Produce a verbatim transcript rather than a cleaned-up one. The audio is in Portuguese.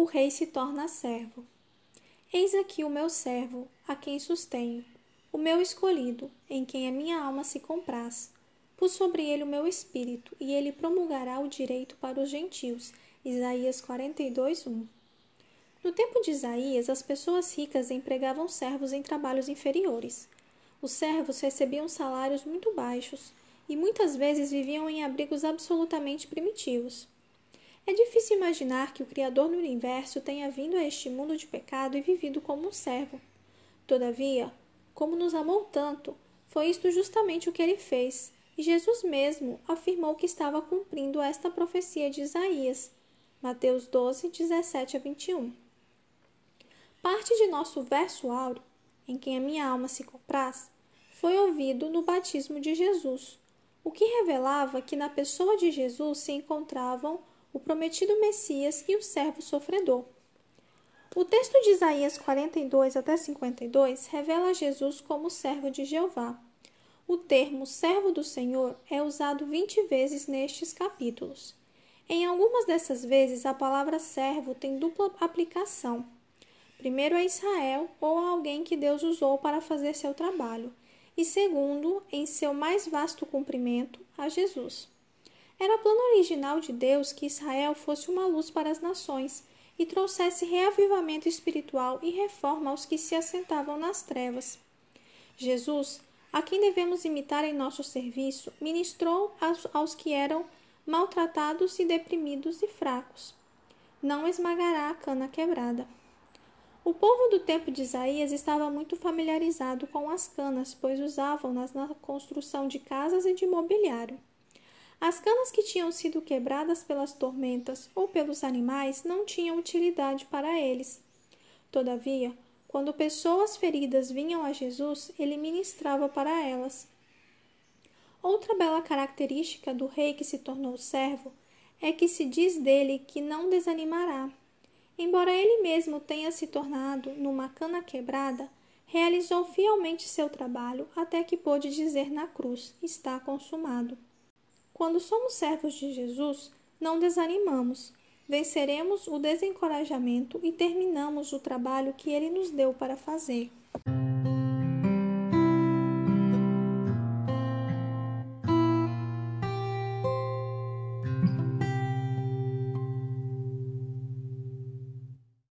rei se torna servo. Eis aqui o meu servo, a quem sustenho, o meu escolhido, em quem a minha alma se compraz. Pus sobre ele o meu espírito, e ele promulgará o direito para os gentios. Isaías quarenta e dois, um. No tempo de Isaías, as pessoas ricas empregavam servos em trabalhos inferiores. Os servos recebiam salários muito baixos e muitas vezes viviam em abrigos absolutamente primitivos. É difícil imaginar que o Criador do Universo tenha vindo a este mundo de pecado e vivido como um servo. Todavia, como nos amou tanto, foi isto justamente o que ele fez, e Jesus mesmo afirmou que estava cumprindo esta profecia de Isaías. Mateus doze, dezessete a vinte e um. Parte de nosso verso áureo, em quem a minha alma se compraz, foi ouvido no batismo de Jesus, o que revelava que na pessoa de Jesus se encontravam o prometido Messias e o servo sofredor. O texto de Isaías quarenta e dois até cinquenta e dois revela Jesus como servo de Jeová. O termo servo do Senhor é usado vinte vezes nestes capítulos. Em algumas dessas vezes, a palavra servo tem dupla aplicação. Primeiro a Israel ou a alguém que Deus usou para fazer seu trabalho, e segundo, em seu mais vasto cumprimento, a Jesus. Era plano original de Deus que Israel fosse uma luz para as nações e trouxesse reavivamento espiritual e reforma aos que se assentavam nas trevas. Jesus, a quem devemos imitar em nosso serviço, ministrou aos, aos que eram maltratados e deprimidos e fracos. Não esmagará a cana quebrada. O povo do tempo de Isaías estava muito familiarizado com as canas, pois usavam-nas na construção de casas e de mobiliário. As canas que tinham sido quebradas pelas tormentas ou pelos animais não tinham utilidade para eles. Todavia, quando pessoas feridas vinham a Jesus, ele ministrava para elas. Outra bela característica do rei que se tornou servo é que se diz dele que não desanimará. Embora ele mesmo tenha se tornado numa cana quebrada, realizou fielmente seu trabalho até que pôde dizer na cruz: está consumado. Quando somos servos de Jesus, não desanimamos, venceremos o desencorajamento e terminamos o trabalho que ele nos deu para fazer.